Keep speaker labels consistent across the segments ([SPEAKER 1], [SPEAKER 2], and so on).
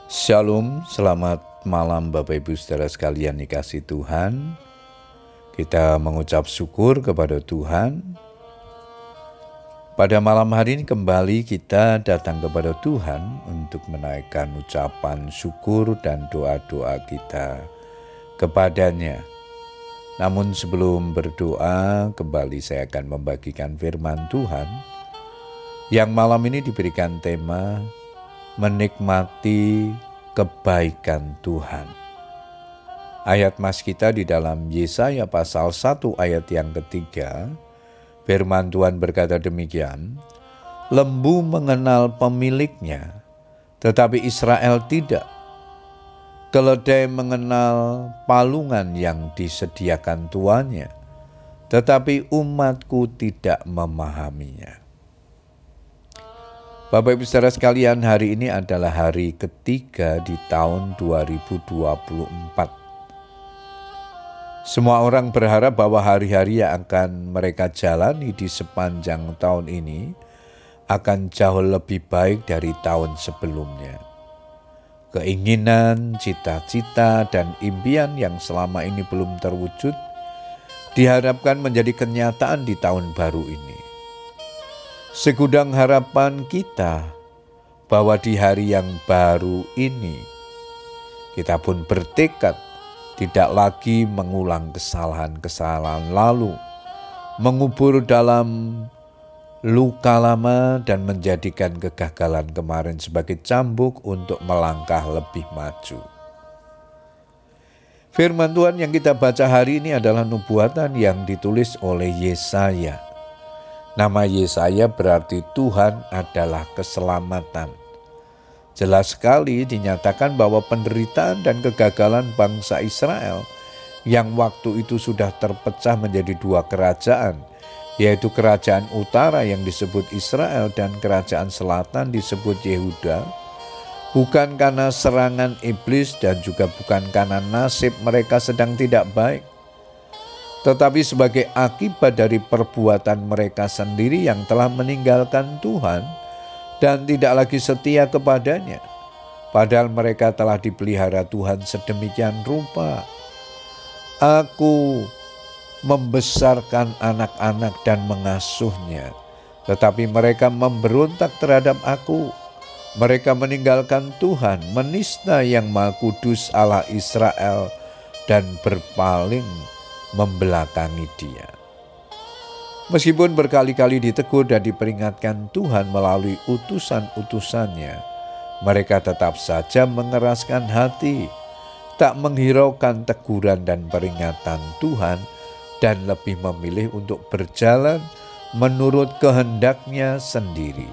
[SPEAKER 1] Shalom, selamat malam Bapak Ibu Saudara sekalian dikasihi Tuhan. Kita mengucap syukur kepada Tuhan. Pada malam hari ini kembali kita datang kepada Tuhan untuk menaikkan ucapan syukur dan doa-doa kita kepadanya. Namun sebelum berdoa, kembali saya akan membagikan firman Tuhan yang malam ini diberikan tema menikmati kebaikan Tuhan. Ayat mas kita di dalam Yesaya pasal 1 ayat yang ketiga, firman Tuhan berkata demikian, lembu mengenal pemiliknya, tetapi Israel tidak. Keledai mengenal palungan yang disediakan tuannya, tetapi umatku tidak memahaminya. Bapak Ibu Saudara sekalian, hari ini adalah hari ketiga di tahun 2024. Semua orang berharap bahwa hari-hari yang akan mereka jalani di sepanjang tahun ini akan jauh lebih baik dari tahun sebelumnya. Keinginan, cita-cita, dan impian yang selama ini belum terwujud diharapkan menjadi kenyataan di tahun baru ini. Segudang harapan kita bahwa di hari yang baru ini kita pun bertekad tidak lagi mengulang kesalahan-kesalahan lalu, mengubur dalam luka lama dan menjadikan kegagalan kemarin sebagai cambuk untuk melangkah lebih maju. Firman Tuhan yang kita baca hari ini adalah nubuatan yang ditulis oleh Yesaya. Nama Yesaya berarti Tuhan adalah keselamatan. Jelas sekali dinyatakan bahwa penderitaan dan kegagalan bangsa Israel yang waktu itu sudah terpecah menjadi dua kerajaan, yaitu kerajaan utara yang disebut Israel dan kerajaan selatan disebut Yehuda, bukan karena serangan iblis dan juga bukan karena nasib mereka sedang tidak baik, tetapi sebagai akibat dari perbuatan mereka sendiri yang telah meninggalkan Tuhan dan tidak lagi setia kepadanya. Padahal mereka telah dipelihara Tuhan sedemikian rupa. Aku membesarkan anak-anak dan mengasuhnya, tetapi mereka memberontak terhadap aku. Mereka meninggalkan Tuhan, menista yang Maha Kudus Allah Israel dan berpaling membelakangi Dia. Meskipun berkali-kali ditegur dan diperingatkan Tuhan melalui utusan-utusannya, mereka tetap saja mengeraskan hati, tak menghiraukan teguran dan peringatan Tuhan, dan lebih memilih untuk berjalan menurut kehendaknya sendiri.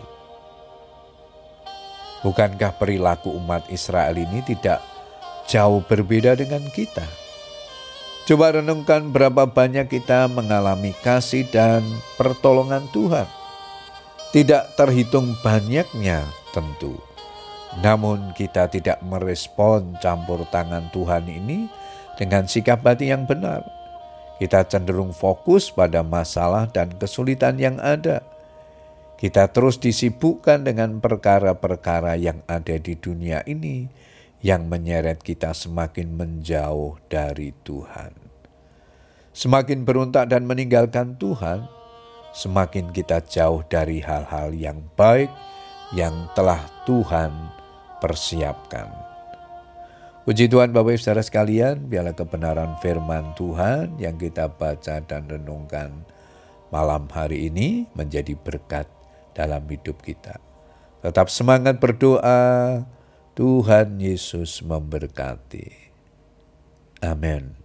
[SPEAKER 1] Bukankah perilaku umat Israel ini tidak jauh berbeda dengan kita? Coba renungkan berapa banyak kita mengalami kasih dan pertolongan Tuhan. Tidak terhitung banyaknya tentu. Namun kita tidak merespon campur tangan Tuhan ini dengan sikap hati yang benar. Kita cenderung fokus pada masalah dan kesulitan yang ada. Kita terus disibukkan dengan perkara-perkara yang ada di dunia ini yang menyeret kita semakin menjauh dari Tuhan. Semakin berontak dan meninggalkan Tuhan, semakin kita jauh dari hal-hal yang baik yang telah Tuhan persiapkan. Puji Tuhan Bapak Ibu Saudara sekalian, biarlah kebenaran firman Tuhan yang kita baca dan renungkan malam hari ini menjadi berkat dalam hidup kita. Tetap semangat berdoa. Tuhan Yesus memberkati. Amin.